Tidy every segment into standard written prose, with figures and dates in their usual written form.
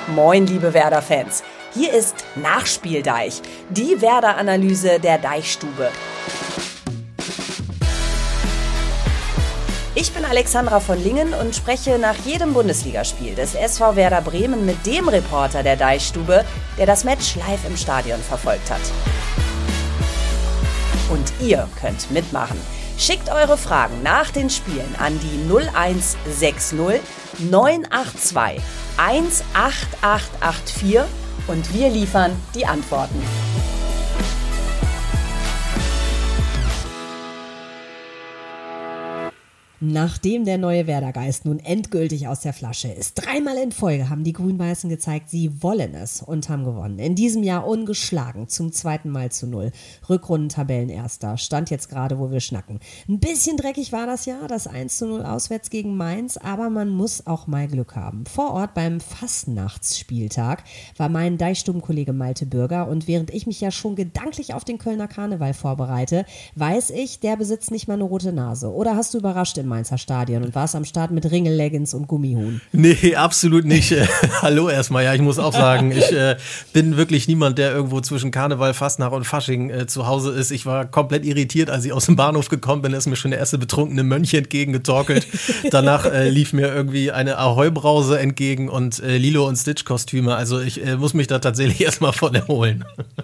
Moin, liebe Werder-Fans. Hier ist Nachspieldeich, die Werder-Analyse der Deichstube. Ich bin Alexandra von Lingen und spreche nach jedem Bundesligaspiel des SV Werder Bremen mit dem Reporter der Deichstube, der das Match live im Stadion verfolgt hat. Und ihr könnt mitmachen. Schickt eure Fragen nach den Spielen an die 0160 982 18884 und wir liefern die Antworten. Nachdem der neue Werder-Geist nun endgültig aus der Flasche ist, 3-mal in Folge haben die Grün-Weißen gezeigt, sie wollen es und haben gewonnen. In diesem Jahr ungeschlagen, zum 2. Mal zu 0. Rückrundentabellenerster, stand jetzt gerade, wo wir schnacken. Ein bisschen dreckig war das Jahr, das 1:0 auswärts gegen Mainz, aber man muss auch mal Glück haben. Vor Ort beim Fastnachtsspieltag war mein Deichstubenkollege Malte Bürger und während ich mich ja schon gedanklich auf den Kölner Karneval vorbereite, weiß ich, der besitzt nicht mal eine rote Nase. Oder hast du überrascht im Mainzer Stadion und warst am Start mit Ringelleggings und Gummihuhn? Nee, absolut nicht. Hallo erstmal. Ja, ich muss auch sagen, ich bin wirklich niemand, der irgendwo zwischen Karneval, Fastnacht und Fasching zu Hause ist. Ich war komplett irritiert, als ich aus dem Bahnhof gekommen bin, ist mir schon der erste betrunkene Mönch entgegengetorkelt. Danach lief mir irgendwie eine Ahoi-Brause entgegen und Lilo- und Stitch-Kostüme. Also ich muss mich da tatsächlich erstmal von erholen.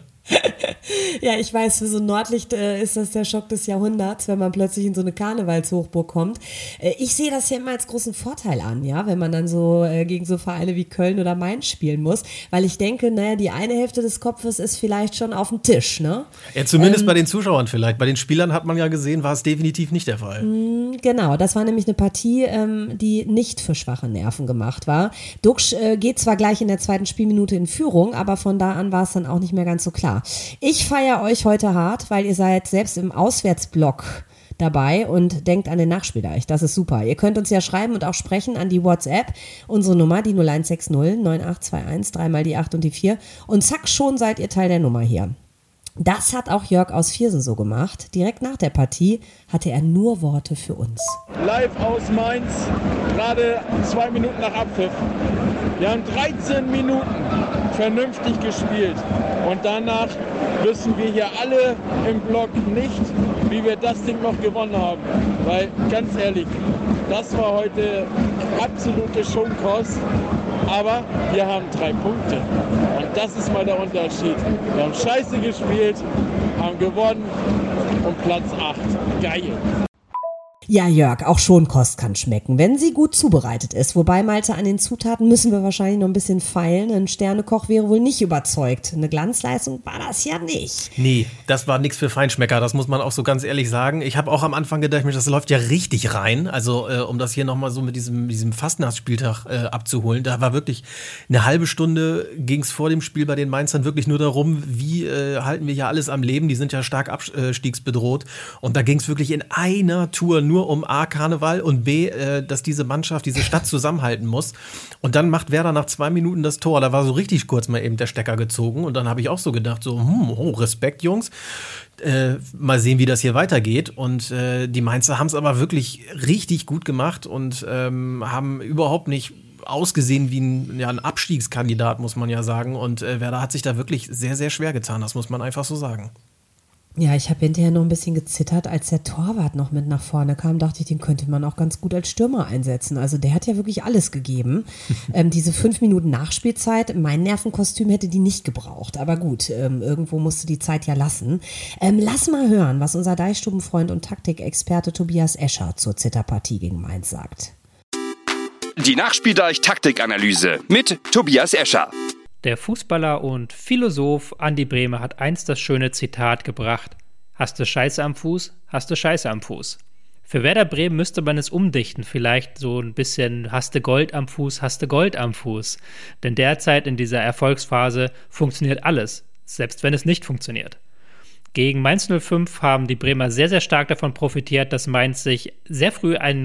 Ja, ich weiß, für so ein Nordlicht ist das der Schock des Jahrhunderts, wenn man plötzlich in so eine Karnevalshochburg kommt. Ich sehe das ja immer als großen Vorteil an, ja, wenn man dann so gegen so Vereine wie Köln oder Mainz spielen muss, weil ich denke, naja, die eine Hälfte des Kopfes ist vielleicht schon auf dem Tisch, ne? Ja, zumindest bei den Zuschauern vielleicht. Bei den Spielern hat man ja gesehen, war es definitiv nicht der Fall. Genau, das war nämlich eine Partie, die nicht für schwache Nerven gemacht war. Duxch geht zwar gleich in der 2. Spielminute in Führung, aber von da an war es dann auch nicht mehr ganz so klar. Ich feiere euch heute hart, weil ihr seid selbst im Auswärtsblock dabei und denkt an den Nachspieldeich. Das ist super. Ihr könnt uns ja schreiben und auch sprechen an die WhatsApp. Unsere Nummer, die 0160 9821, 3 die 8 und die 4. Und zack, schon seid ihr Teil der Nummer hier. Das hat auch Jörg aus Viersen so gemacht. Direkt nach der Partie hatte er nur Worte für uns. Live aus Mainz, gerade 2 Minuten nach Abpfiff. Wir haben 13 Minuten vernünftig gespielt. Und danach wissen wir hier alle im Block nicht, wie wir das Ding noch gewonnen haben. Weil, ganz ehrlich, das war heute absolute Schonkost. Aber wir haben 3 Punkte. Und das ist mal der Unterschied. Wir haben scheiße gespielt, haben gewonnen und Platz 8. Geil. Ja, Jörg, auch Schonkost kann schmecken, wenn sie gut zubereitet ist. Wobei, Malte, an den Zutaten müssen wir wahrscheinlich noch ein bisschen feilen. Ein Sternekoch wäre wohl nicht überzeugt. Eine Glanzleistung war das ja nicht. Nee, das war nichts für Feinschmecker, das muss man auch so ganz ehrlich sagen. Ich habe auch am Anfang gedacht, das läuft ja richtig rein. Also um das hier nochmal so mit diesem Fastnachtsspieltag abzuholen. Da war wirklich eine halbe Stunde, ging es vor dem Spiel bei den Mainzern wirklich nur darum, wie halten wir hier alles am Leben. Die sind ja stark abstiegsbedroht. Und da ging es wirklich in einer Tour nur um A, Karneval und B, dass diese Mannschaft, diese Stadt zusammenhalten muss. Und dann macht Werder nach 2 Minuten das Tor. Da war so richtig kurz mal eben der Stecker gezogen. Und dann habe ich auch so gedacht, so, Respekt, Jungs. Mal sehen, wie das hier weitergeht. Und die Mainzer haben es aber wirklich richtig gut gemacht und haben überhaupt nicht ausgesehen wie ein Abstiegskandidat, muss man ja sagen. Und Werder hat sich da wirklich sehr, sehr schwer getan. Das muss man einfach so sagen. Ja, ich habe hinterher noch ein bisschen gezittert, als der Torwart noch mit nach vorne kam, dachte ich, den könnte man auch ganz gut als Stürmer einsetzen. Also der hat ja wirklich alles gegeben. Diese 5 Minuten Nachspielzeit, mein Nervenkostüm hätte die nicht gebraucht. Aber gut, irgendwo musste die Zeit ja lassen. Lass mal hören, was unser Deichstubenfreund und Taktikexperte Tobias Escher zur Zitterpartie gegen Mainz sagt. Die Nachspieldeich-Taktikanalyse mit Tobias Escher. Der Fußballer und Philosoph Andi Brehme hat einst das schöne Zitat gebracht: Hast du Scheiße am Fuß, hast du Scheiße am Fuß. Für Werder Bremen müsste man es umdichten, vielleicht so ein bisschen: Hast du Gold am Fuß, hast du Gold am Fuß. Denn derzeit in dieser Erfolgsphase funktioniert alles, selbst wenn es nicht funktioniert. Gegen Mainz 05 haben die Bremer sehr, sehr stark davon profitiert, dass Mainz sich sehr früh ein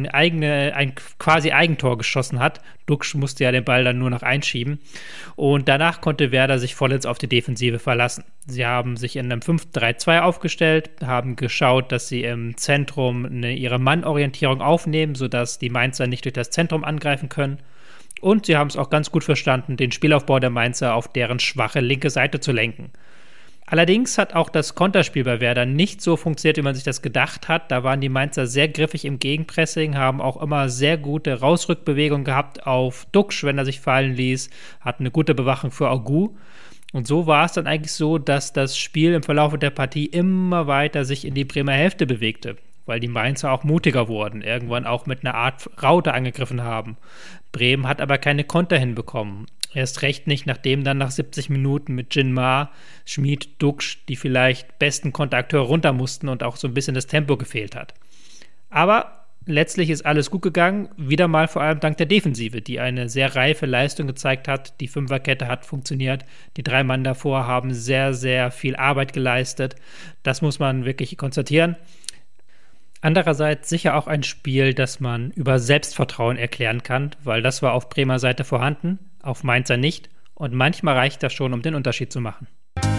quasi Eigentor geschossen hat. Duxch musste ja den Ball dann nur noch einschieben. Und danach konnte Werder sich vollends auf die Defensive verlassen. Sie haben sich in einem 5-3-2 aufgestellt, haben geschaut, dass sie im Zentrum ihre Mannorientierung aufnehmen, sodass die Mainzer nicht durch das Zentrum angreifen können. Und sie haben es auch ganz gut verstanden, den Spielaufbau der Mainzer auf deren schwache linke Seite zu lenken. Allerdings hat auch das Konterspiel bei Werder nicht so funktioniert, wie man sich das gedacht hat. Da waren die Mainzer sehr griffig im Gegenpressing, haben auch immer sehr gute Rausrückbewegungen gehabt auf Duksch, wenn er sich fallen ließ, hatten eine gute Bewachung für Augu. Und so war es dann eigentlich so, dass das Spiel im Verlauf der Partie immer weiter sich in die Bremer Hälfte bewegte, weil die Mainzer auch mutiger wurden, irgendwann auch mit einer Art Raute angegriffen haben. Bremen hat aber keine Konter hinbekommen. Erst recht nicht, nachdem dann nach 70 Minuten mit Jinmar, Schmid, Duksch die vielleicht besten Konterakteure runter mussten und auch so ein bisschen das Tempo gefehlt hat. Aber letztlich ist alles gut gegangen, wieder mal vor allem dank der Defensive, die eine sehr reife Leistung gezeigt hat. Die Fünferkette hat funktioniert, die 3 Mann davor haben sehr, sehr viel Arbeit geleistet. Das muss man wirklich konstatieren. Andererseits sicher auch ein Spiel, das man über Selbstvertrauen erklären kann, weil das war auf Bremer Seite vorhanden, auf Mainzer nicht. Und manchmal reicht das schon, um den Unterschied zu machen.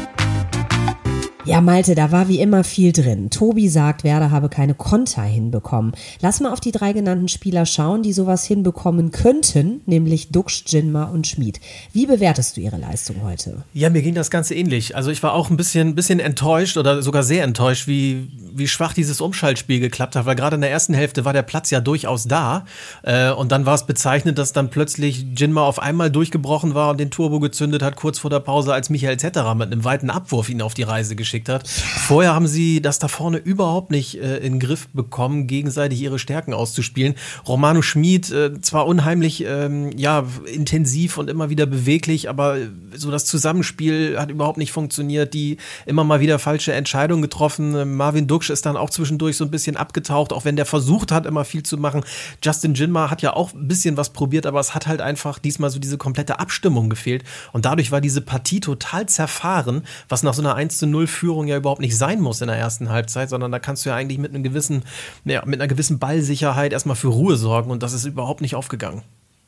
Ja, Malte, da war wie immer viel drin. Tobi sagt, Werder habe keine Konter hinbekommen. Lass mal auf die 3 genannten Spieler schauen, die sowas hinbekommen könnten, nämlich Duksch, Jinmar und Schmid. Wie bewertest du ihre Leistung heute? Ja, mir ging das Ganze ähnlich. Also ich war auch ein bisschen enttäuscht oder sogar sehr enttäuscht, wie schwach dieses Umschaltspiel geklappt hat, weil gerade in der ersten Hälfte war der Platz ja durchaus da. Und dann war es bezeichnend, dass dann plötzlich Jinmar auf einmal durchgebrochen war und den Turbo gezündet hat, kurz vor der Pause, als Michael Zetterer mit einem weiten Abwurf ihn auf die Reise geschickt hat. Vorher haben sie das da vorne überhaupt nicht in den Griff bekommen, gegenseitig ihre Stärken auszuspielen. Romano Schmid zwar unheimlich intensiv und immer wieder beweglich, aber so das Zusammenspiel hat überhaupt nicht funktioniert. Die immer mal wieder falsche Entscheidungen getroffen. Marvin Duksch ist dann auch zwischendurch so ein bisschen abgetaucht, auch wenn der versucht hat, immer viel zu machen. Justin Jinmar hat ja auch ein bisschen was probiert, aber es hat halt einfach diesmal so diese komplette Abstimmung gefehlt. Und dadurch war diese Partie total zerfahren, was nach so einer 1:0-Führung ja überhaupt nicht sein muss in der ersten Halbzeit, sondern da kannst du ja eigentlich mit einer gewissen Ballsicherheit erstmal für Ruhe sorgen und das ist überhaupt nicht aufgegangen.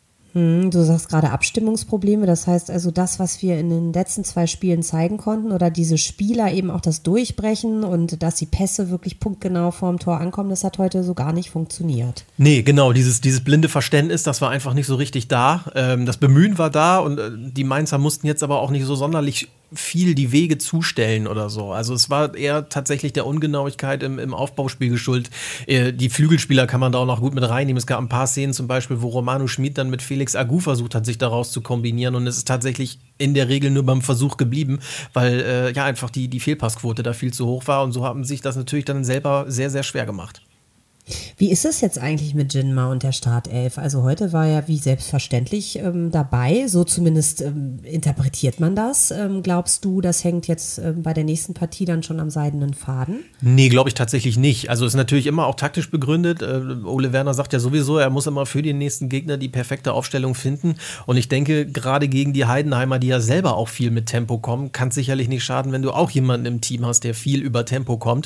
Du sagst gerade Abstimmungsprobleme, das heißt also das, was wir in den letzten 2 Spielen zeigen konnten oder diese Spieler eben auch das Durchbrechen und dass die Pässe wirklich punktgenau vorm Tor ankommen, das hat heute so gar nicht funktioniert. Nee, genau, dieses blinde Verständnis, das war einfach nicht so richtig da. Das Bemühen war da und die Mainzer mussten jetzt aber auch nicht so sonderlich viel die Wege zustellen oder so. Also es war eher tatsächlich der Ungenauigkeit im Aufbauspiel geschuldet. Die Flügelspieler kann man da auch noch gut mit reinnehmen. Es gab ein paar Szenen zum Beispiel, wo Romano Schmid dann mit Felix Agu versucht hat, sich daraus zu kombinieren und es ist tatsächlich in der Regel nur beim Versuch geblieben, weil einfach die Fehlpassquote da viel zu hoch war und so haben sich das natürlich dann selber sehr, sehr schwer gemacht. Wie ist es jetzt eigentlich mit Jinmar und der Startelf? Also heute war ja wie selbstverständlich dabei, so zumindest interpretiert man das. Glaubst du, das hängt jetzt bei der nächsten Partie dann schon am seidenen Faden? Nee, glaube ich tatsächlich nicht. Also ist natürlich immer auch taktisch begründet. Ole Werner sagt ja sowieso, er muss immer für den nächsten Gegner die perfekte Aufstellung finden und ich denke, gerade gegen die Heidenheimer, die ja selber auch viel mit Tempo kommen, kann es sicherlich nicht schaden, wenn du auch jemanden im Team hast, der viel über Tempo kommt.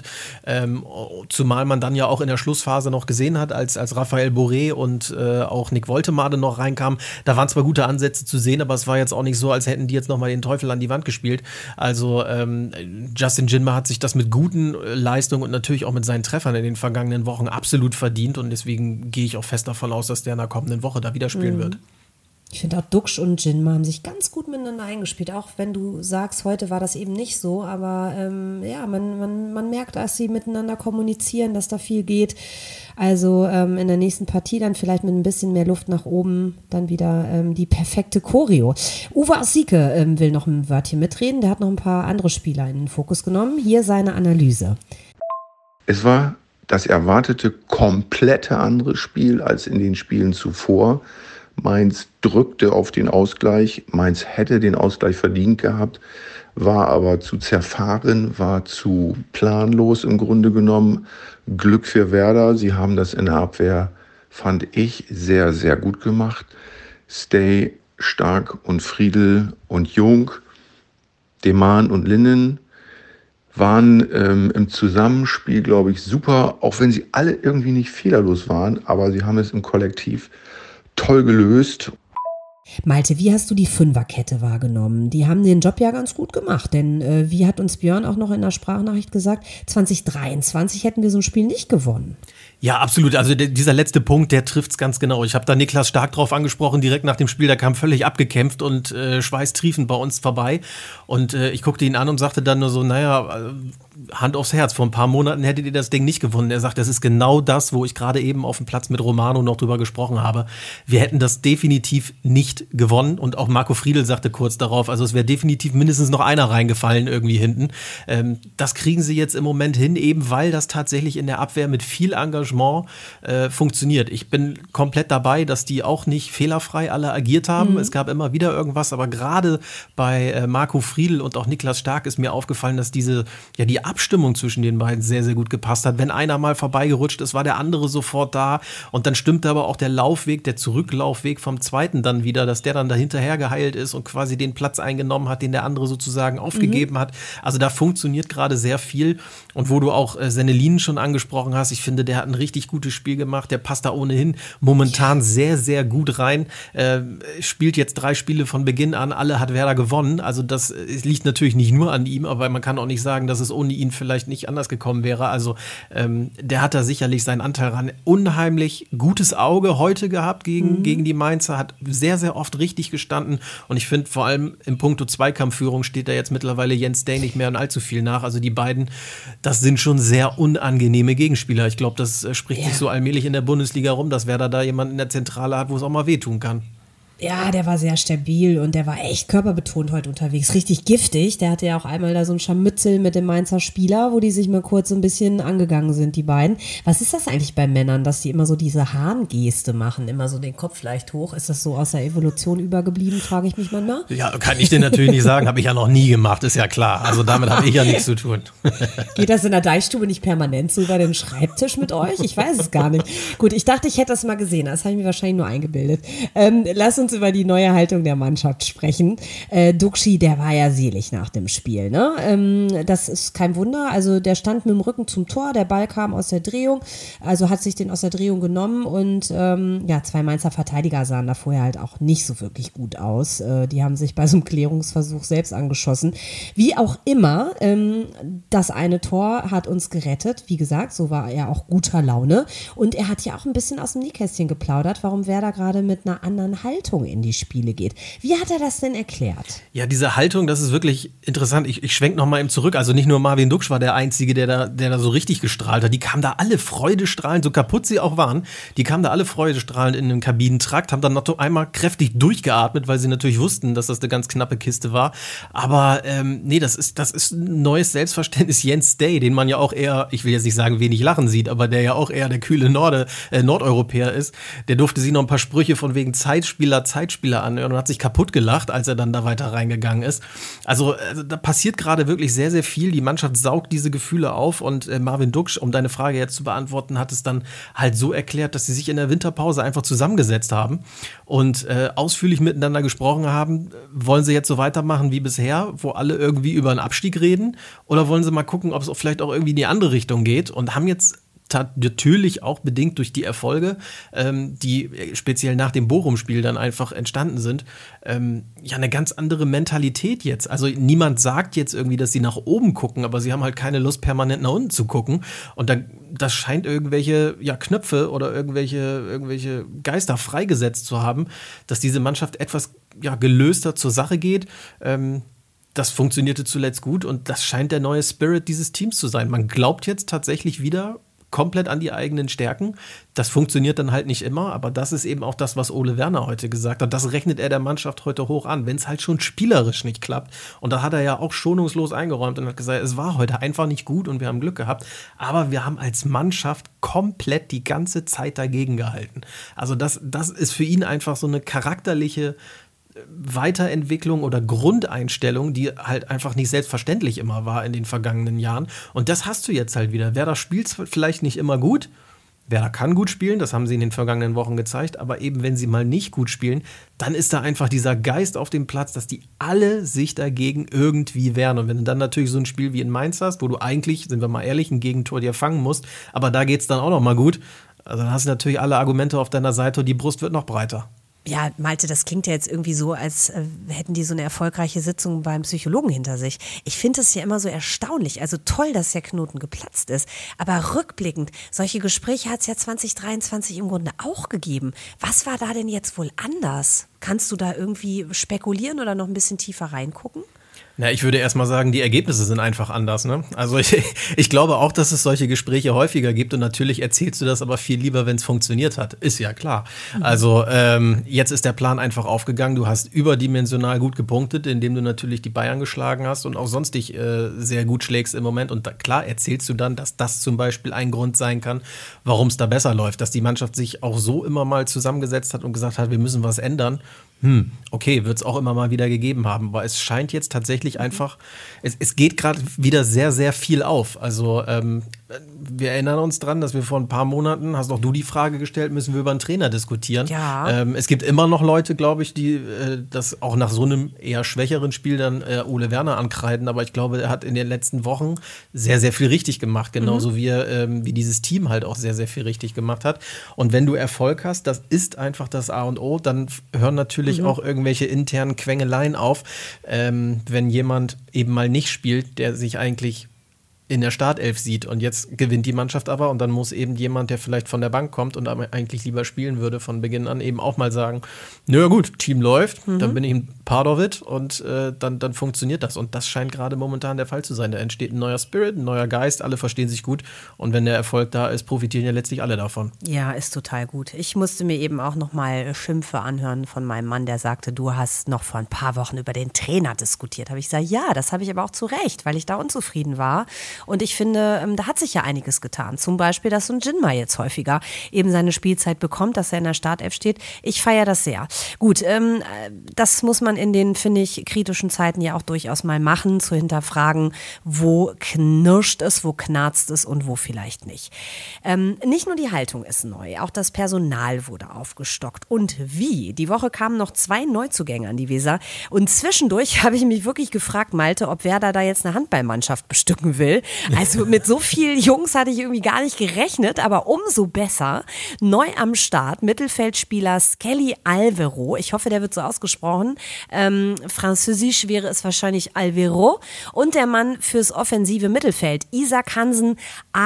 Zumal man dann ja auch in der Schlussphase noch gesehen hat, als Raphael Boré und auch Nick Woltemade noch reinkamen. Da waren zwar gute Ansätze zu sehen, aber es war jetzt auch nicht so, als hätten die jetzt nochmal den Teufel an die Wand gespielt. Also Justin Jinmar hat sich das mit guten Leistungen und natürlich auch mit seinen Treffern in den vergangenen Wochen absolut verdient und deswegen gehe ich auch fest davon aus, dass der in der kommenden Woche da wieder spielen wird. Ich finde auch Duksch und Jinmar haben sich ganz gut miteinander eingespielt, auch wenn du sagst, heute war das eben nicht so, aber man merkt, dass sie miteinander kommunizieren, dass da viel geht. Also in der nächsten Partie dann vielleicht mit ein bisschen mehr Luft nach oben dann wieder die perfekte Choreo. Uwe Asike will noch ein Wörtchen mitreden, der hat noch ein paar andere Spieler in den Fokus genommen. Hier seine Analyse. Es war das erwartete komplette andere Spiel als in den Spielen zuvor. Mainz drückte auf den Ausgleich. Mainz hätte den Ausgleich verdient gehabt, war aber zu zerfahren, war zu planlos im Grunde genommen. Glück für Werder. Sie haben das in der Abwehr, fand ich, sehr, sehr gut gemacht. Stay, Stark und Friedl und Jung, Deman und Linnen waren im Zusammenspiel, glaube ich, super, auch wenn sie alle irgendwie nicht fehlerlos waren, aber sie haben es im Kollektiv toll gelöst. Malte, wie hast du die Fünferkette wahrgenommen? Die haben den Job ja ganz gut gemacht, denn wie hat uns Björn auch noch in der Sprachnachricht gesagt, 2023 hätten wir so ein Spiel nicht gewonnen. Ja, absolut. Also dieser letzte Punkt, der trifft's ganz genau. Ich habe da Niklas Stark drauf angesprochen, direkt nach dem Spiel. Der kam völlig abgekämpft und schweißtriefend bei uns vorbei. Und ich guckte ihn an und sagte dann nur so, naja, Hand aufs Herz, vor ein paar Monaten hättet ihr das Ding nicht gewonnen. Er sagt, das ist genau das, wo ich gerade eben auf dem Platz mit Romano noch drüber gesprochen habe. Wir hätten das definitiv nicht gewonnen. Und auch Marco Friedl sagte kurz darauf, also es wäre definitiv mindestens noch einer reingefallen irgendwie hinten. Das kriegen sie jetzt im Moment hin, eben weil das tatsächlich in der Abwehr mit viel Engagement funktioniert. Ich bin komplett dabei, dass die auch nicht fehlerfrei alle agiert haben. Es gab immer wieder irgendwas, aber gerade bei Marco Friedl und auch Niklas Stark ist mir aufgefallen, dass die Abstimmung zwischen den beiden sehr, sehr gut gepasst hat. Wenn einer mal vorbeigerutscht ist, war der andere sofort da und dann stimmte aber auch der Laufweg, der Zurücklaufweg vom Zweiten dann wieder, dass der dann dahinterher geheilt ist und quasi den Platz eingenommen hat, den der andere sozusagen aufgegeben hat. Also da funktioniert gerade sehr viel und wo du auch Sennelin schon angesprochen hast, ich finde, der hat ein richtig gutes Spiel gemacht, der passt da ohnehin momentan sehr, sehr gut rein, spielt jetzt 3 Spiele von Beginn an, alle hat Werder gewonnen, also das liegt natürlich nicht nur an ihm, aber man kann auch nicht sagen, dass es ohne ihn vielleicht nicht anders gekommen wäre. Also der hat da sicherlich seinen Anteil ran. Unheimlich gutes Auge heute gehabt gegen die Mainzer, hat sehr, sehr oft richtig gestanden und ich finde vor allem im Punkto Zweikampfführung steht da jetzt mittlerweile Jens Day nicht mehr an allzu viel nach. Also die beiden, das sind schon sehr unangenehme Gegenspieler. Ich glaube, das spricht sich so allmählich in der Bundesliga rum, dass Werder da jemanden in der Zentrale hat, wo es auch mal wehtun kann. Ja, der war sehr stabil und der war echt körperbetont heute unterwegs. Richtig giftig. Der hatte ja auch einmal da so ein Scharmützel mit dem Mainzer Spieler, wo die sich mal kurz so ein bisschen angegangen sind, die beiden. Was ist das eigentlich bei Männern, dass die immer so diese Hahngeste machen, immer so den Kopf leicht hoch? Ist das so aus der Evolution übergeblieben, frage ich mich manchmal. Ja, kann ich dir natürlich nicht sagen. Habe ich ja noch nie gemacht, ist ja klar. Also damit habe ich ja nichts zu tun. Geht das in der Deichstube nicht permanent so über den Schreibtisch mit euch? Ich weiß es gar nicht. Gut, ich dachte, ich hätte das mal gesehen. Das habe ich mir wahrscheinlich nur eingebildet. Lass uns über die neue Haltung der Mannschaft sprechen. Duxi, der war ja selig nach dem Spiel, ne? Das ist kein Wunder. Also der stand mit dem Rücken zum Tor, der Ball kam aus der Drehung, also hat sich den aus der Drehung genommen und 2 Mainzer Verteidiger sahen da vorher halt auch nicht so wirklich gut aus. Die haben sich bei so einem Klärungsversuch selbst angeschossen. Wie auch immer, das eine Tor hat uns gerettet. Wie gesagt, so war er auch guter Laune und er hat ja auch ein bisschen aus dem Nähkästchen geplaudert, warum Werder gerade mit einer anderen Haltung in die Spiele geht. Wie hat er das denn erklärt? Ja, diese Haltung, das ist wirklich interessant. Ich schwenke noch mal eben zurück. Also nicht nur Marvin Duksch war der Einzige, der da so richtig gestrahlt hat. Die kamen da alle freudestrahlend, so kaputt sie auch waren, die kamen da alle freudestrahlend in den Kabinentrakt, haben dann noch einmal kräftig durchgeatmet, weil sie natürlich wussten, dass das eine ganz knappe Kiste war. Aber das ist ein neues Selbstverständnis. Jens Day, den man ja auch eher, ich will jetzt nicht sagen, wenig lachen sieht, aber der ja auch eher der kühle Nordeuropäer ist, der durfte sich noch ein paar Sprüche von wegen Zeitspieler anhören und hat sich kaputt gelacht, als er dann da weiter reingegangen ist. Also da passiert gerade wirklich sehr, sehr viel. Die Mannschaft saugt diese Gefühle auf und Marvin Duksch, um deine Frage jetzt zu beantworten, hat es dann halt so erklärt, dass sie sich in der Winterpause einfach zusammengesetzt haben und ausführlich miteinander gesprochen haben. Wollen sie jetzt so weitermachen wie bisher, wo alle irgendwie über einen Abstieg reden, oder wollen sie mal gucken, ob es vielleicht auch irgendwie in die andere Richtung geht, und haben jetzt natürlich auch bedingt durch die Erfolge, die speziell nach dem Bochum-Spiel dann einfach entstanden sind, eine ganz andere Mentalität jetzt. Also niemand sagt jetzt irgendwie, dass sie nach oben gucken, aber sie haben halt keine Lust, permanent nach unten zu gucken. Und das scheint irgendwelche Knöpfe oder irgendwelche Geister freigesetzt zu haben, dass diese Mannschaft etwas gelöster zur Sache geht. Das funktionierte zuletzt gut und das scheint der neue Spirit dieses Teams zu sein. Man glaubt jetzt tatsächlich wieder komplett an die eigenen Stärken. Das funktioniert dann halt nicht immer, aber das ist eben auch das, was Ole Werner heute gesagt hat. Das rechnet er der Mannschaft heute hoch an, wenn es halt schon spielerisch nicht klappt. Und da hat er ja auch schonungslos eingeräumt und hat gesagt, es war heute einfach nicht gut und wir haben Glück gehabt. Aber wir haben als Mannschaft komplett die ganze Zeit dagegen gehalten. Also das ist für ihn einfach so eine charakterliche Weiterentwicklung oder Grundeinstellung, die halt einfach nicht selbstverständlich immer war in den vergangenen Jahren. Und das hast du jetzt halt wieder. Werder spielt vielleicht nicht immer gut. Werder kann gut spielen, das haben sie in den vergangenen Wochen gezeigt. Aber eben, wenn sie mal nicht gut spielen, dann ist da einfach dieser Geist auf dem Platz, dass die alle sich dagegen irgendwie wehren. Und wenn du dann natürlich so ein Spiel wie in Mainz hast, wo du eigentlich, sind wir mal ehrlich, ein Gegentor dir fangen musst, aber da geht's dann auch noch mal gut, also dann hast du natürlich alle Argumente auf deiner Seite und die Brust wird noch breiter. Ja, Malte, das klingt ja jetzt irgendwie so, als hätten die so eine erfolgreiche Sitzung beim Psychologen hinter sich. Ich finde es ja immer so erstaunlich. Also toll, dass der Knoten geplatzt ist. Aber rückblickend, solche Gespräche hat es ja 2023 im Grunde auch gegeben. Was war da denn jetzt wohl anders? Kannst du da irgendwie spekulieren oder noch ein bisschen tiefer reingucken? Na, ich würde erst mal sagen, die Ergebnisse sind einfach anders, ne? Also ich glaube auch, dass es solche Gespräche häufiger gibt und natürlich erzählst du das aber viel lieber, wenn es funktioniert hat. Ist ja klar. Also jetzt ist der Plan einfach aufgegangen. Du hast überdimensional gut gepunktet, indem du natürlich die Bayern geschlagen hast und auch sonst dich sehr gut schlägst im Moment. Und klar erzählst du dann, dass das zum Beispiel ein Grund sein kann, warum es da besser läuft. Dass die Mannschaft sich auch so immer mal zusammengesetzt hat und gesagt hat, wir müssen was ändern. Okay, wird es auch immer mal wieder gegeben haben, weil es scheint jetzt tatsächlich einfach, es geht gerade wieder sehr, sehr viel auf. Also wir erinnern uns dran, dass wir vor ein paar Monaten, hast auch du die Frage gestellt, müssen wir über einen Trainer diskutieren. Ja. Es gibt immer noch Leute, glaube ich, die das auch nach so einem eher schwächeren Spiel dann Ole Werner ankreiden, aber ich glaube, er hat in den letzten Wochen sehr, sehr viel richtig gemacht, genauso wie dieses Team halt auch sehr, sehr viel richtig gemacht hat. Und wenn du Erfolg hast, das ist einfach das A und O, dann hören natürlich auch irgendwelche internen Quengeleien auf, wenn jemand eben mal nicht spielt, der sich eigentlich in der Startelf sieht und jetzt gewinnt die Mannschaft aber und dann muss eben jemand, der vielleicht von der Bank kommt und aber eigentlich lieber spielen würde von Beginn an, eben auch mal sagen, na gut, Team läuft, dann bin ich ein Part of it und dann funktioniert das und das scheint gerade momentan der Fall zu sein. Da entsteht ein neuer Spirit, ein neuer Geist, alle verstehen sich gut und wenn der Erfolg da ist, profitieren ja letztlich alle davon. Ja, ist total gut. Ich musste mir eben auch nochmal Schimpfe anhören von meinem Mann, der sagte, du hast noch vor ein paar Wochen über den Trainer diskutiert. Habe ich gesagt, ja, das habe ich aber auch zu Recht, weil ich da unzufrieden war. Und ich finde, da hat sich ja einiges getan. Zum Beispiel, dass so ein Jinma jetzt häufiger eben seine Spielzeit bekommt, dass er in der Startelf steht. Ich feiere das sehr. Gut, das muss man in den, finde ich, kritischen Zeiten ja auch durchaus mal machen, zu hinterfragen, wo knirscht es, wo knarzt es und wo vielleicht nicht. Nicht nur die Haltung ist neu, auch das Personal wurde aufgestockt. Und wie? Die Woche kamen noch 2 Neuzugänge an die Weser. Und zwischendurch habe ich mich wirklich gefragt, Malte, ob Werder da jetzt eine Handballmannschaft bestücken will. Also mit so vielen Jungs hatte ich irgendwie gar nicht gerechnet, aber umso besser. Neu am Start, Mittelfeldspieler Skelly Alvero. Ich hoffe, der wird so ausgesprochen. Französisch wäre es wahrscheinlich Alvero. Und der Mann fürs offensive Mittelfeld, Isaac Hansen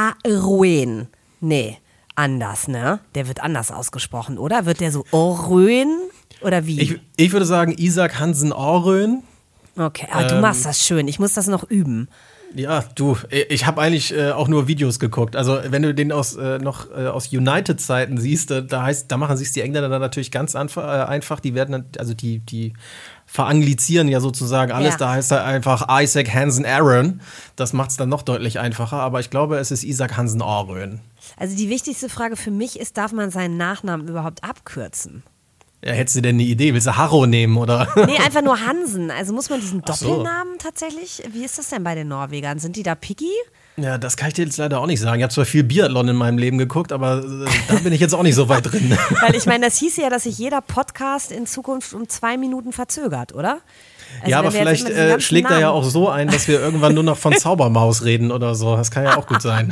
Aroen. Nee, anders, ne? Der wird anders ausgesprochen, oder? Wird der so Aroen oder wie? Ich würde sagen Isaac Hansen Aroen. Okay, aber du machst das schön. Ich muss das noch üben. Ja, du, ich habe eigentlich auch nur Videos geguckt. Also wenn du den aus United-Zeiten siehst, da machen sich die Engländer dann natürlich ganz einfach. Die werden, also die veranglizieren ja sozusagen alles. Ja. Da heißt er einfach Isaac Hansen Aaron. Das macht es dann noch deutlich einfacher. Aber ich glaube, es ist Isaac Hansen Aroen. Also die wichtigste Frage für mich ist, darf man seinen Nachnamen überhaupt abkürzen? Ja, hättest du denn eine Idee? Willst du Harro nehmen, oder? Nee, einfach nur Hansen. Also muss man diesen Doppelnamen tatsächlich? Wie ist das denn bei den Norwegern? Sind die da picky? Ja, das kann ich dir jetzt leider auch nicht sagen. Ich habe zwar viel Biathlon in meinem Leben geguckt, aber da bin ich jetzt auch nicht so weit drin. Weil ich meine, das hieße ja, dass sich jeder Podcast in Zukunft um 2 Minuten verzögert, oder? Also ja, aber vielleicht schlägt er ja auch so ein, dass wir irgendwann nur noch von Zaubermaus reden oder so. Das kann ja auch gut sein.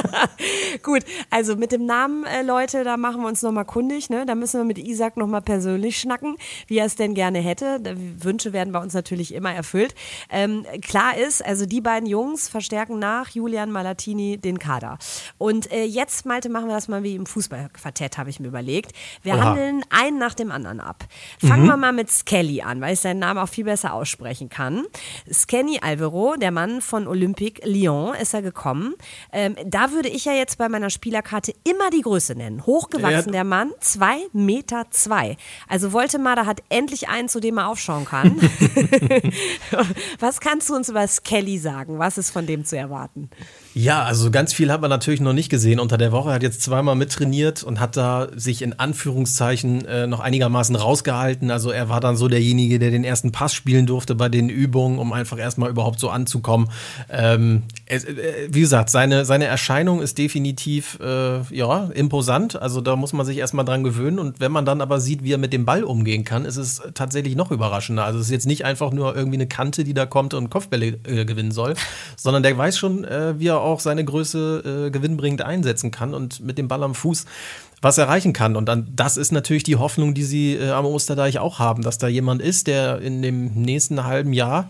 Gut, also mit dem Namen, Leute, da machen wir uns nochmal kundig. Ne? Da müssen wir mit Isaac nochmal persönlich schnacken, wie er es denn gerne hätte. Wünsche werden bei uns natürlich immer erfüllt. Klar ist, also die beiden Jungs verstärken nach Julian Malatini den Kader. Und jetzt, Malte, machen wir das mal wie im Fußballquartett, habe ich mir überlegt. Wir handeln einen nach dem anderen ab. Fangen wir mal mit Skelly an, weil ich seinen Namen auch viel besser aussprechen kann. Skelly Alvero, der Mann von Olympique Lyon, ist er gekommen. Da würde ich ja jetzt bei meiner Spielerkarte immer die Größe nennen. Hochgewachsen der Mann, 2,2 Meter. Also Woltemada hat endlich einen, zu dem er aufschauen kann. Was kannst du uns über Skelly sagen? Was ist von dem zu erwarten? Ja, also ganz viel hat man natürlich noch nicht gesehen unter der Woche. Er hat jetzt zweimal mittrainiert und hat da sich in Anführungszeichen noch einigermaßen rausgehalten. Also er war dann so derjenige, der den ersten Pass spielen durfte bei den Übungen, um einfach erstmal überhaupt so anzukommen. Wie gesagt, seine Erscheinung ist definitiv imposant. Also da muss man sich erstmal dran gewöhnen. Und wenn man dann aber sieht, wie er mit dem Ball umgehen kann, ist es tatsächlich noch überraschender. Also es ist jetzt nicht einfach nur irgendwie eine Kante, die da kommt und Kopfbälle gewinnen soll, sondern der weiß schon, wie er auch seine Größe gewinnbringend einsetzen kann und mit dem Ball am Fuß was erreichen kann. Und dann, das ist natürlich die Hoffnung, die sie am Osterdeich auch haben, dass da jemand ist, der in dem nächsten halben Jahr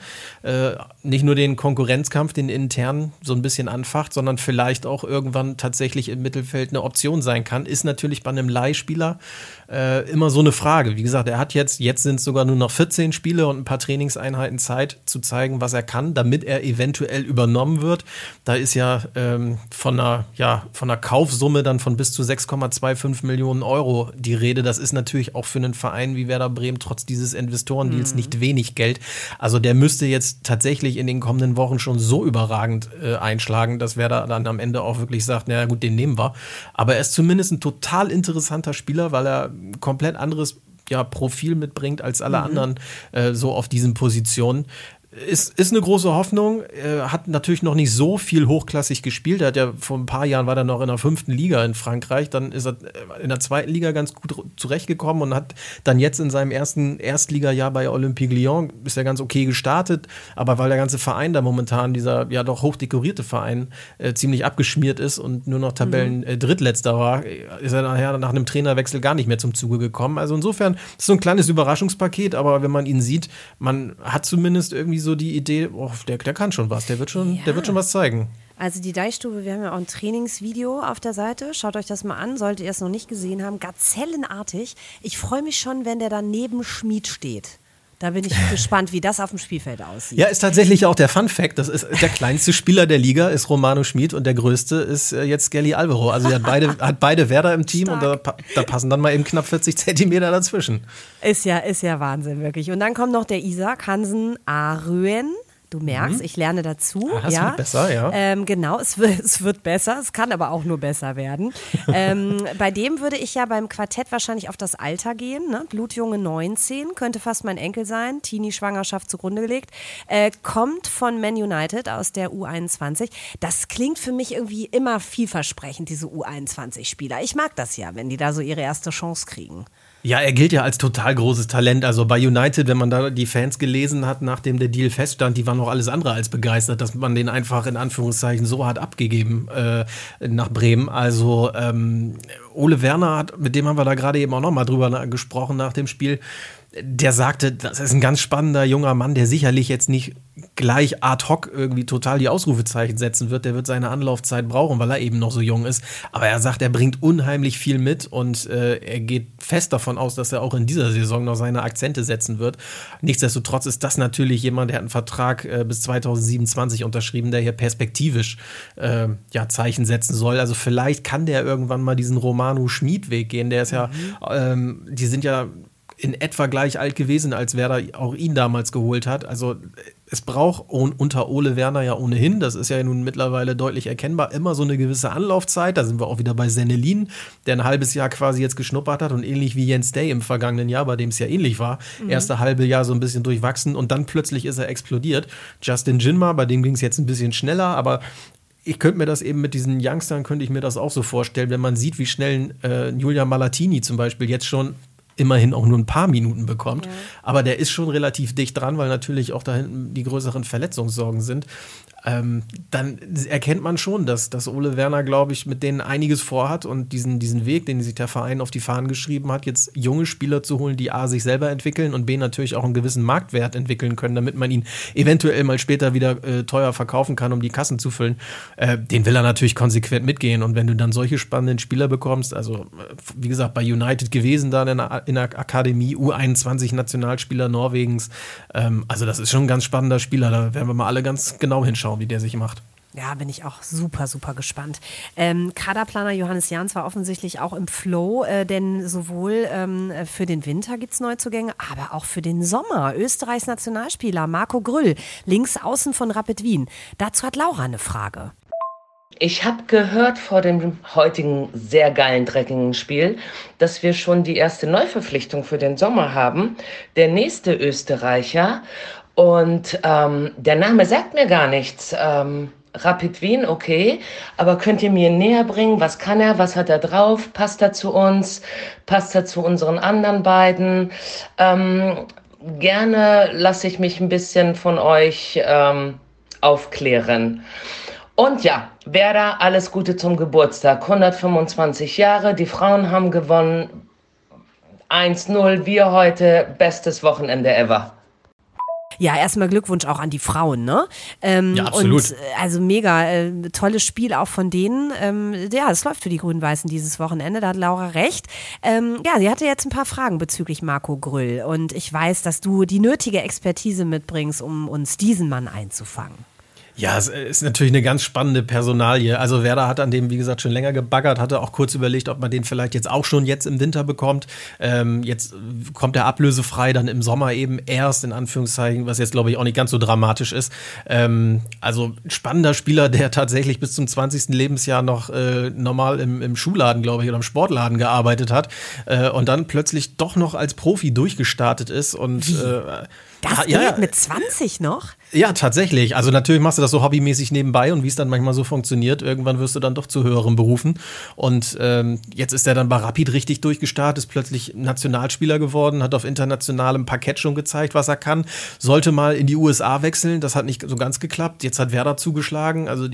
nicht nur den Konkurrenzkampf, den internen, so ein bisschen anfacht, sondern vielleicht auch irgendwann tatsächlich im Mittelfeld eine Option sein kann. Ist natürlich bei einem Leihspieler immer so eine Frage. Wie gesagt, er hat jetzt sind es sogar nur noch 14 Spiele und ein paar Trainingseinheiten Zeit zu zeigen, was er kann, damit er eventuell übernommen wird. Da ist ja von einer Kaufsumme dann von bis zu 6,25 Millionen Euro die Rede. Das ist natürlich auch für einen Verein wie Werder Bremen trotz dieses Investorendeals nicht wenig Geld. Also der müsste jetzt tatsächlich in den kommenden Wochen schon so überragend einschlagen, dass Werder dann am Ende auch wirklich sagt, naja gut, den nehmen wir. Aber er ist zumindest ein total interessanter Spieler, weil er ein komplett anderes Profil mitbringt als alle anderen so auf diesen Positionen. Ist eine große Hoffnung, hat natürlich noch nicht so viel hochklassig gespielt. Er hat ja vor ein paar Jahren war er noch in der 5. Liga in Frankreich, dann ist er in der 2. Liga ganz gut zurechtgekommen und hat dann jetzt in seinem ersten Erstligajahr bei Olympique Lyon ist er ganz okay gestartet, aber weil der ganze Verein da momentan, dieser doch hochdekorierte Verein, ziemlich abgeschmiert ist und nur noch Tabellen-Drittletzter war, ist er nachher nach einem Trainerwechsel gar nicht mehr zum Zuge gekommen. Also insofern ist so ein kleines Überraschungspaket, aber wenn man ihn sieht, man hat zumindest irgendwie so die Idee, der kann schon was, der wird schon was zeigen. Also die Deichstube, wir haben ja auch ein Trainingsvideo auf der Seite. Schaut euch das mal an, solltet ihr es noch nicht gesehen haben. Gazellenartig. Ich freue mich schon, wenn der dann neben Schmid steht. Da bin ich gespannt, wie das auf dem Spielfeld aussieht. Ja, ist tatsächlich auch der Fun-Fact. Das ist der kleinste Spieler der Liga, ist Romano Schmid und der größte ist jetzt Gelly Alvaro. Also er hat beide Werder im Team. Stark. Und da passen dann mal eben knapp 40 Zentimeter dazwischen. Ist ja Wahnsinn, wirklich. Und dann kommt noch der Isaac Hansen Arøen. Du merkst, ich lerne dazu. Es wird besser, ja. Genau, es wird besser, es kann aber auch nur besser werden. Bei dem würde ich ja beim Quartett wahrscheinlich auf das Alter gehen. Ne? Blutjunge 19, könnte fast mein Enkel sein, Teenie-Schwangerschaft zugrunde gelegt. Kommt von Man United aus der U21. Das klingt für mich irgendwie immer vielversprechend, diese U21-Spieler. Ich mag das ja, wenn die da so ihre erste Chance kriegen. Ja, er gilt ja als total großes Talent. Also bei United, wenn man da die Fans gelesen hat, nachdem der Deal feststand, die waren noch alles andere als begeistert, dass man den einfach in Anführungszeichen so hat abgegeben nach Bremen. Also Ole Werner, mit dem haben wir da gerade eben auch noch mal drüber gesprochen nach dem Spiel. Der sagte, das ist ein ganz spannender junger Mann, der sicherlich jetzt nicht gleich ad hoc irgendwie total die Ausrufezeichen setzen wird. Der wird seine Anlaufzeit brauchen, weil er eben noch so jung ist. Aber er sagt, er bringt unheimlich viel mit und er geht fest davon aus, dass er auch in dieser Saison noch seine Akzente setzen wird. Nichtsdestotrotz ist das natürlich jemand, der hat einen Vertrag bis 2027 unterschrieben, der hier perspektivisch Zeichen setzen soll. Also vielleicht kann der irgendwann mal diesen Romano-Schmid-Weg gehen. Der ist die sind ja in etwa gleich alt gewesen, als Werder auch ihn damals geholt hat. Also es braucht unter Ole Werner ja ohnehin, das ist ja nun mittlerweile deutlich erkennbar, immer so eine gewisse Anlaufzeit. Da sind wir auch wieder bei Sennelin, der ein halbes Jahr quasi jetzt geschnuppert hat und ähnlich wie Jens Day im vergangenen Jahr, bei dem es ja ähnlich war. Erste halbe Jahr so ein bisschen durchwachsen und dann plötzlich ist er explodiert. Justin Jinma, bei dem ging es jetzt ein bisschen schneller, aber ich könnte mir das eben mit diesen Youngstern, könnte ich mir das auch so vorstellen, wenn man sieht, wie schnell Julian Malatini zum Beispiel jetzt schon immerhin auch nur ein paar Minuten bekommt. Ja. Aber der ist schon relativ dicht dran, weil natürlich auch da hinten die größeren Verletzungssorgen sind. Dann erkennt man schon, dass Ole Werner, glaube ich, mit denen einiges vorhat und diesen Weg, den sich der Verein auf die Fahnen geschrieben hat, jetzt junge Spieler zu holen, die A, sich selber entwickeln und B, natürlich auch einen gewissen Marktwert entwickeln können, damit man ihn eventuell mal später wieder teuer verkaufen kann, um die Kassen zu füllen. Den will er natürlich konsequent mitgehen. Und wenn du dann solche spannenden Spieler bekommst, also wie gesagt, bei United gewesen da in der Akademie, U21-Nationalspieler Norwegens, also das ist schon ein ganz spannender Spieler, da werden wir mal alle ganz genau hinschauen, wie der sich macht. Ja, bin ich auch super, super gespannt. Kaderplaner Johannes Jahns war offensichtlich auch im Flow, denn sowohl für den Winter gibt es Neuzugänge, aber auch für den Sommer. Österreichs Nationalspieler Marco Grüll, links außen von Rapid Wien. Dazu hat Laura eine Frage. Ich habe gehört vor dem heutigen sehr geilen, dreckigen Spiel, dass wir schon die erste Neuverpflichtung für den Sommer haben. Der nächste Österreicher. Und der Name sagt mir gar nichts. Rapid Wien, okay. Aber könnt ihr mir näher bringen? Was kann er? Was hat er drauf? Passt er zu uns? Passt er zu unseren anderen beiden? Gerne lasse ich mich ein bisschen von euch aufklären. Und ja, Werder, alles Gute zum Geburtstag. 125 Jahre, die Frauen haben gewonnen. 1-0, wir heute, bestes Wochenende ever. Ja, erstmal Glückwunsch auch an die Frauen, ne? Ja, absolut. Und also mega tolles Spiel auch von denen. Ja, es läuft für die Grün-Weißen dieses Wochenende, da hat Laura recht. Ja, sie hatte jetzt ein paar Fragen bezüglich Marco Grüll und ich weiß, dass du die nötige Expertise mitbringst, um uns diesen Mann einzufangen. Ja, es ist natürlich eine ganz spannende Personalie. Also Werder hat an dem, wie gesagt, schon länger gebaggert, hatte auch kurz überlegt, ob man den vielleicht jetzt auch schon jetzt im Winter bekommt. Jetzt kommt er ablösefrei, dann im Sommer eben erst, in Anführungszeichen, was jetzt, glaube ich, auch nicht ganz so dramatisch ist. Also ein spannender Spieler, der tatsächlich bis zum 20. Lebensjahr noch normal im Schuhladen, glaube ich, oder im Sportladen gearbeitet hat und dann plötzlich doch noch als Profi durchgestartet ist. Und das geht mit 20 noch? Ja, tatsächlich. Also natürlich machst du das so hobbymäßig nebenbei und wie es dann manchmal so funktioniert, irgendwann wirst du dann doch zu höheren berufen. Und jetzt ist er dann bei Rapid richtig durchgestartet, ist plötzlich Nationalspieler geworden, hat auf internationalem Parkett schon gezeigt, was er kann. Sollte mal in die USA wechseln, das hat nicht so ganz geklappt. Jetzt hat Werder zugeschlagen, also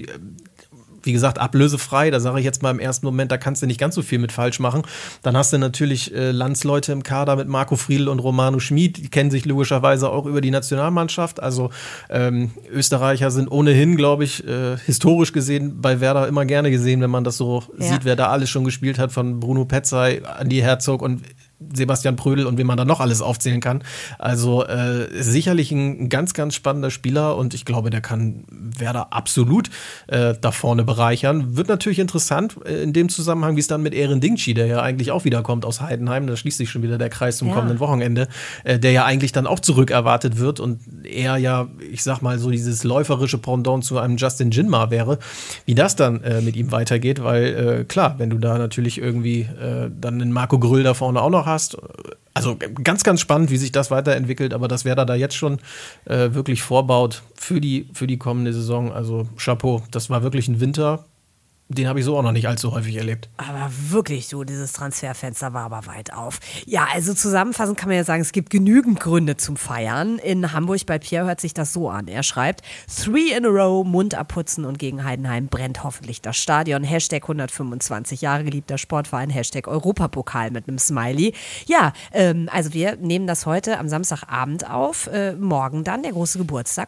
wie gesagt, ablösefrei, da sage ich jetzt mal im ersten Moment, da kannst du nicht ganz so viel mit falsch machen. Dann hast du natürlich Landsleute im Kader mit Marco Friedl und Romano Schmid, die kennen sich logischerweise auch über die Nationalmannschaft. Also Österreicher sind ohnehin, glaube ich, historisch gesehen bei Werder immer gerne gesehen, wenn man das so sieht, wer da alles schon gespielt hat, von Bruno Petzai, Andi Herzog und Sebastian Prödel und wie man da noch alles aufzählen kann. Also sicherlich ein ganz, ganz spannender Spieler und ich glaube, der kann Werder absolut da vorne bereichern. Wird natürlich interessant in dem Zusammenhang, wie es dann mit Eren Dingchi, der ja eigentlich auch wiederkommt aus Heidenheim, da schließt sich schon wieder der Kreis zum kommenden Wochenende, der ja eigentlich dann auch zurück erwartet wird und er ja, ich sag mal so dieses läuferische Pendant zu einem Justin Jinma wäre, wie das dann mit ihm weitergeht, weil klar, wenn du da natürlich irgendwie dann einen Marco Grüll da vorne auch noch hast. Also ganz, ganz spannend, wie sich das weiterentwickelt, aber dass Werder da jetzt schon wirklich vorbaut für die kommende Saison. Also Chapeau, das war wirklich ein Winter, den habe ich so auch noch nicht allzu häufig erlebt. Aber wirklich, du, dieses Transferfenster war aber weit auf. Ja, also zusammenfassend kann man ja sagen, es gibt genügend Gründe zum Feiern. In Hamburg bei Pierre hört sich das so an. Er schreibt, 3 in a row, Mund abputzen und gegen Heidenheim brennt hoffentlich das Stadion. Hashtag 125 Jahre geliebter Sportverein, Hashtag Europapokal mit einem Smiley. Ja, also wir nehmen das heute am Samstagabend auf. Morgen dann der große Geburtstag,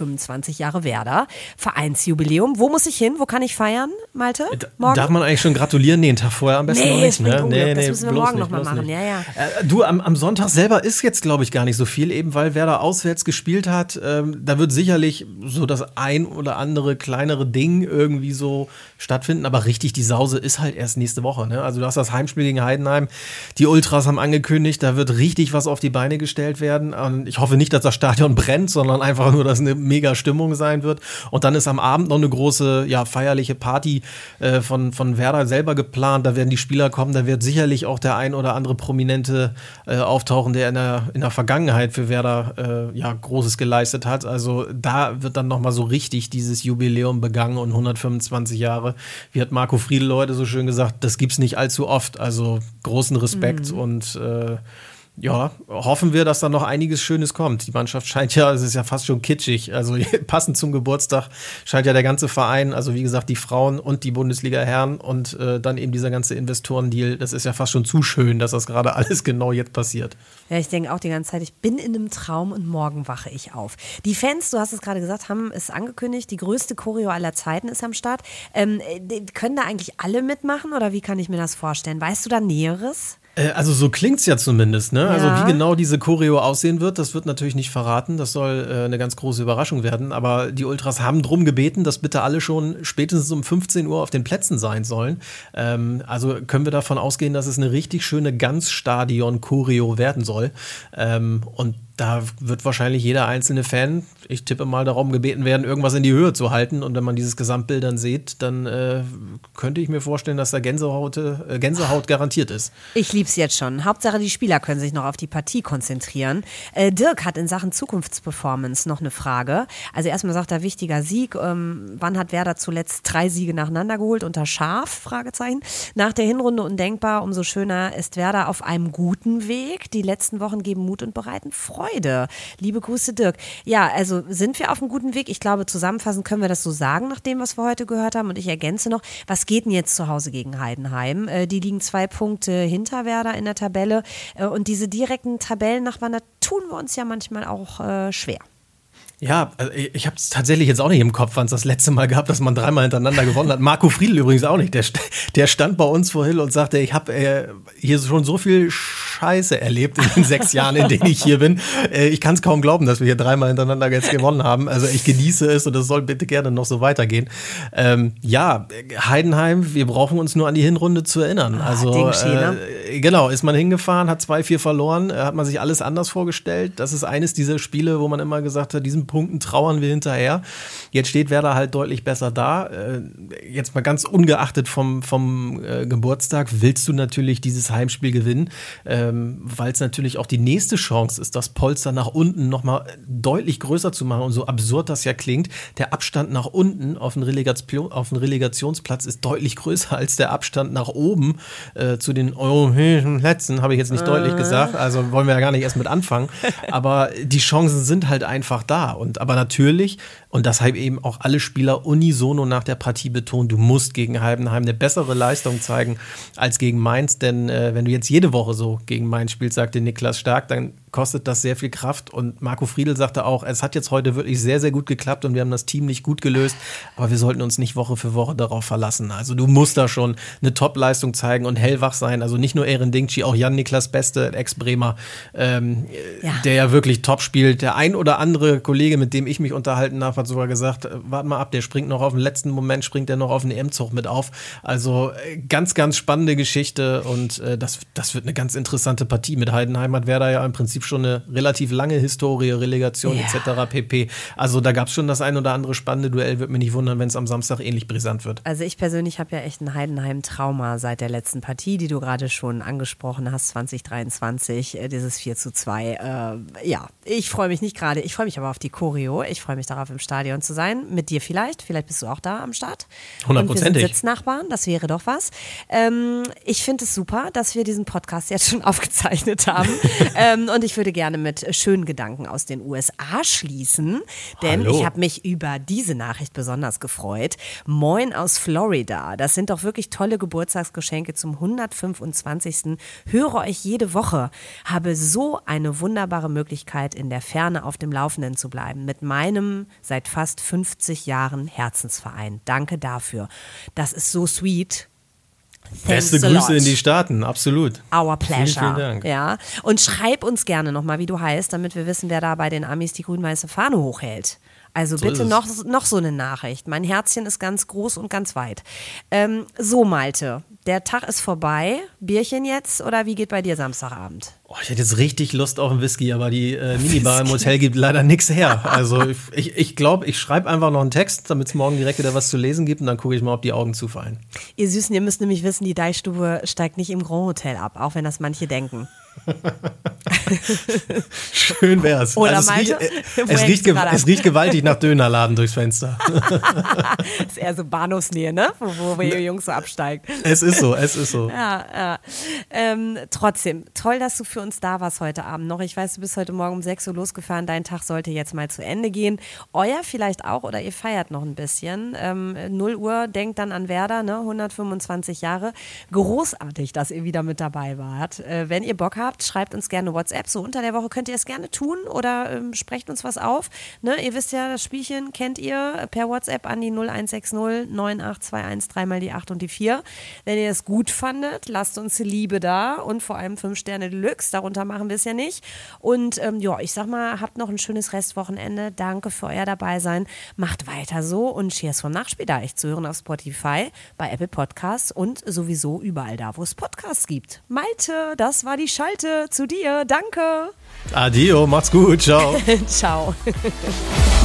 125 Jahre Werder. Vereinsjubiläum. Wo muss ich hin? Wo kann ich feiern? Malte? Morgen? Darf man eigentlich schon gratulieren? Nee, einen Tag vorher am besten noch nicht. Ne? Nee, das müssen wir morgen nochmal machen. Nicht. Ja. Du, am Sonntag selber ist jetzt, glaube ich, gar nicht so viel, eben weil Werder auswärts gespielt hat. Da wird sicherlich so das ein oder andere kleinere Ding irgendwie so stattfinden, aber richtig, die Sause ist halt erst nächste Woche. Ne? Also du hast das Heimspiel gegen Heidenheim, die Ultras haben angekündigt, da wird richtig was auf die Beine gestellt werden. Und ich hoffe nicht, dass das Stadion brennt, sondern einfach nur, dass eine mega Stimmung sein wird. Und dann ist am Abend noch eine große, feierliche Party von Werder selber geplant. Da werden die Spieler kommen, da wird sicherlich auch der ein oder andere Prominente auftauchen, der in der Vergangenheit für Werder Großes geleistet hat. Also da wird dann nochmal so richtig dieses Jubiläum begangen und 125 Jahre. Wie hat Marco Friedl heute so schön gesagt, das gibt's nicht allzu oft. Also großen Respekt und hoffen wir, dass da noch einiges Schönes kommt. Die Mannschaft scheint ja, es ist ja fast schon kitschig, also passend zum Geburtstag scheint ja der ganze Verein, also wie gesagt, die Frauen und die Bundesliga-Herren und dann eben dieser ganze Investorendeal, das ist ja fast schon zu schön, dass das gerade alles genau jetzt passiert. Ja, ich denke auch die ganze Zeit, ich bin in einem Traum und morgen wache ich auf. Die Fans, du hast es gerade gesagt, haben es angekündigt, die größte Choreo aller Zeiten ist am Start. Können da eigentlich alle mitmachen oder wie kann ich mir das vorstellen? Weißt du da Näheres? Also so klingt's ja zumindest, ne? Ja. Also wie genau diese Choreo aussehen wird, das wird natürlich nicht verraten. Das soll eine ganz große Überraschung werden. Aber die Ultras haben drum gebeten, dass bitte alle schon spätestens um 15 Uhr auf den Plätzen sein sollen. Also können wir davon ausgehen, dass es eine richtig schöne Ganzstadion-Choreo werden soll. Und da wird wahrscheinlich jeder einzelne Fan, ich tippe mal, darum gebeten werden, irgendwas in die Höhe zu halten. Und wenn man dieses Gesamtbild dann sieht, dann könnte ich mir vorstellen, dass da Gänsehaut garantiert ist. Ich lieb's gibt's jetzt schon. Hauptsache, die Spieler können sich noch auf die Partie konzentrieren. Dirk hat in Sachen Zukunftsperformance noch eine Frage. Also erstmal sagt er, wichtiger Sieg. Wann hat Werder zuletzt 3 Siege nacheinander geholt? Unter Scharf? Fragezeichen. Nach der Hinrunde undenkbar. Umso schöner ist Werder auf einem guten Weg. Die letzten Wochen geben Mut und bereiten Freude. Liebe Grüße, Dirk. Ja, also sind wir auf einem guten Weg? Ich glaube, zusammenfassend können wir das so sagen, nach dem, was wir heute gehört haben. Und ich ergänze noch, was geht denn jetzt zu Hause gegen Heidenheim? Die liegen 2 Punkte hinter Werder in der Tabelle. Und diese direkten Tabellennachbarn, da tun wir uns ja manchmal auch schwer. Ja, also ich habe es tatsächlich jetzt auch nicht im Kopf, wann es das letzte Mal gab, dass man 3-mal hintereinander gewonnen hat. Marco Friedl übrigens auch nicht. Der stand bei uns vorhin und sagte, ich habe hier schon so viel Scheiße erlebt in den 6 Jahren, in denen ich hier bin. Ich kann es kaum glauben, dass wir hier 3-mal hintereinander jetzt gewonnen haben. Also ich genieße es und es soll bitte gerne noch so weitergehen. Ja, Heidenheim, wir brauchen uns nur an die Hinrunde zu erinnern. Also genau, ist man hingefahren, hat 2-4 verloren, hat man sich alles anders vorgestellt. Das ist eines dieser Spiele, wo man immer gesagt hat, diesen Punkten trauern wir hinterher. Jetzt steht Werder halt deutlich besser da. Jetzt mal ganz ungeachtet vom Geburtstag willst du natürlich dieses Heimspiel gewinnen, weil es natürlich auch die nächste Chance ist, das Polster nach unten nochmal deutlich größer zu machen. Und so absurd das ja klingt, der Abstand nach unten auf den Relegationsplatz ist deutlich größer als der Abstand nach oben zu den europäischen Plätzen, habe ich jetzt nicht deutlich gesagt. Also wollen wir ja gar nicht erst mit anfangen. Aber die Chancen sind halt einfach da. Aber natürlich, und das haben eben auch alle Spieler unisono nach der Partie betont, du musst gegen Heidenheim eine bessere Leistung zeigen als gegen Mainz, denn wenn du jetzt jede Woche so gegen Mainz spielst, sagte Niklas Stark, dann kostet das sehr viel Kraft und Marco Friedl sagte auch, es hat jetzt heute wirklich sehr, sehr gut geklappt und wir haben das Team nicht gut gelöst, aber wir sollten uns nicht Woche für Woche darauf verlassen. Also du musst da schon eine Top-Leistung zeigen und hellwach sein, also nicht nur Ehren Dingci, auch Jan-Niklas Beste, Ex-Bremer, der ja wirklich top spielt. Der ein oder andere Kollege, mit dem ich mich unterhalten habe, hat sogar gesagt, warte mal ab, der springt noch auf den letzten Moment, springt der noch auf den EM-Zug mit auf. Also ganz, ganz spannende Geschichte und das wird eine ganz interessante Partie. Mit Heidenheim hat Werder ja im Prinzip schon eine relativ lange Historie, Relegation etc. pp. Also da gab es schon das ein oder andere spannende Duell. Würde mich nicht wundern, wenn es am Samstag ähnlich brisant wird. Also ich persönlich habe ja echt ein Heidenheim-Trauma seit der letzten Partie, die du gerade schon angesprochen hast, 2023, dieses 4:2. Ja, ich freue mich nicht gerade, ich freue mich aber auf die Choreo. Ich freue mich darauf, im Stadion zu sein. Mit dir vielleicht bist du auch da am Start. 100%. Und wir sind Sitznachbarn, das wäre doch was. Ich finde es super, dass wir diesen Podcast jetzt schon aufgezeichnet haben. Und ich würde gerne mit schönen Gedanken aus den USA schließen, denn ich habe mich über diese Nachricht besonders gefreut. Moin aus Florida. Das sind doch wirklich tolle Geburtstagsgeschenke zum 125. Höre euch jede Woche. Habe so eine wunderbare Möglichkeit, in der Ferne auf dem Laufenden zu bleiben. Mit meinem seit fast 50 Jahren Herzensverein. Danke dafür. Das ist so sweet. Beste Grüße in die Staaten, absolut. Our pleasure. Vielen Dank. Ja. Und schreib uns gerne nochmal, wie du heißt, damit wir wissen, wer da bei den Amis die grün-weiße Fahne hochhält. Also so bitte noch so eine Nachricht. Mein Herzchen ist ganz groß und ganz weit. So, Malte, der Tag ist vorbei. Bierchen jetzt oder wie geht bei dir Samstagabend? Oh, ich hätte jetzt richtig Lust auf einen Whisky, aber die Minibar im Hotel gibt leider nichts her. Also ich glaube, ich schreibe einfach noch einen Text, damit es morgen direkt wieder was zu lesen gibt und dann gucke ich mal, ob die Augen zufallen. Ihr Süßen, ihr müsst nämlich wissen, die Deichstube steigt nicht im Grand Hotel ab, auch wenn das manche denken. Schön wär's. Oder also Malte? Es riecht gewaltig nach Dönerladen durchs Fenster. Das ist eher so Bahnhofsnähe, ne? Wo wir Jungs so absteigen. Es ist so. Ja. Trotzdem, toll, dass du für uns da warst heute Abend noch. Ich weiß, du bist heute Morgen um 6 Uhr losgefahren. Dein Tag sollte jetzt mal zu Ende gehen. Euer vielleicht auch oder ihr feiert noch ein bisschen. 0 Uhr, denkt dann an Werder, ne? 125 Jahre. Großartig, dass ihr wieder mit dabei wart. Wenn ihr Bock habt, schreibt uns gerne WhatsApp. So unter der Woche könnt ihr es gerne tun oder sprecht uns was auf. Ne? Ihr wisst ja, das Spielchen kennt ihr per WhatsApp an die 0160 9821 3 die 8 und die 4. Wenn ihr es gut fandet, lasst uns Liebe da und vor allem 5 Sterne Deluxe. Darunter machen wir es ja nicht. Und ich sag mal, habt noch ein schönes Restwochenende. Danke für euer Dabeisein. Macht weiter so und Cheers vom Nachspieldeich zu hören auf Spotify, bei Apple Podcasts und sowieso überall da, wo es Podcasts gibt. Malte, das war die Schalte zu dir. Danke. Adio, macht's gut. Ciao. Ciao.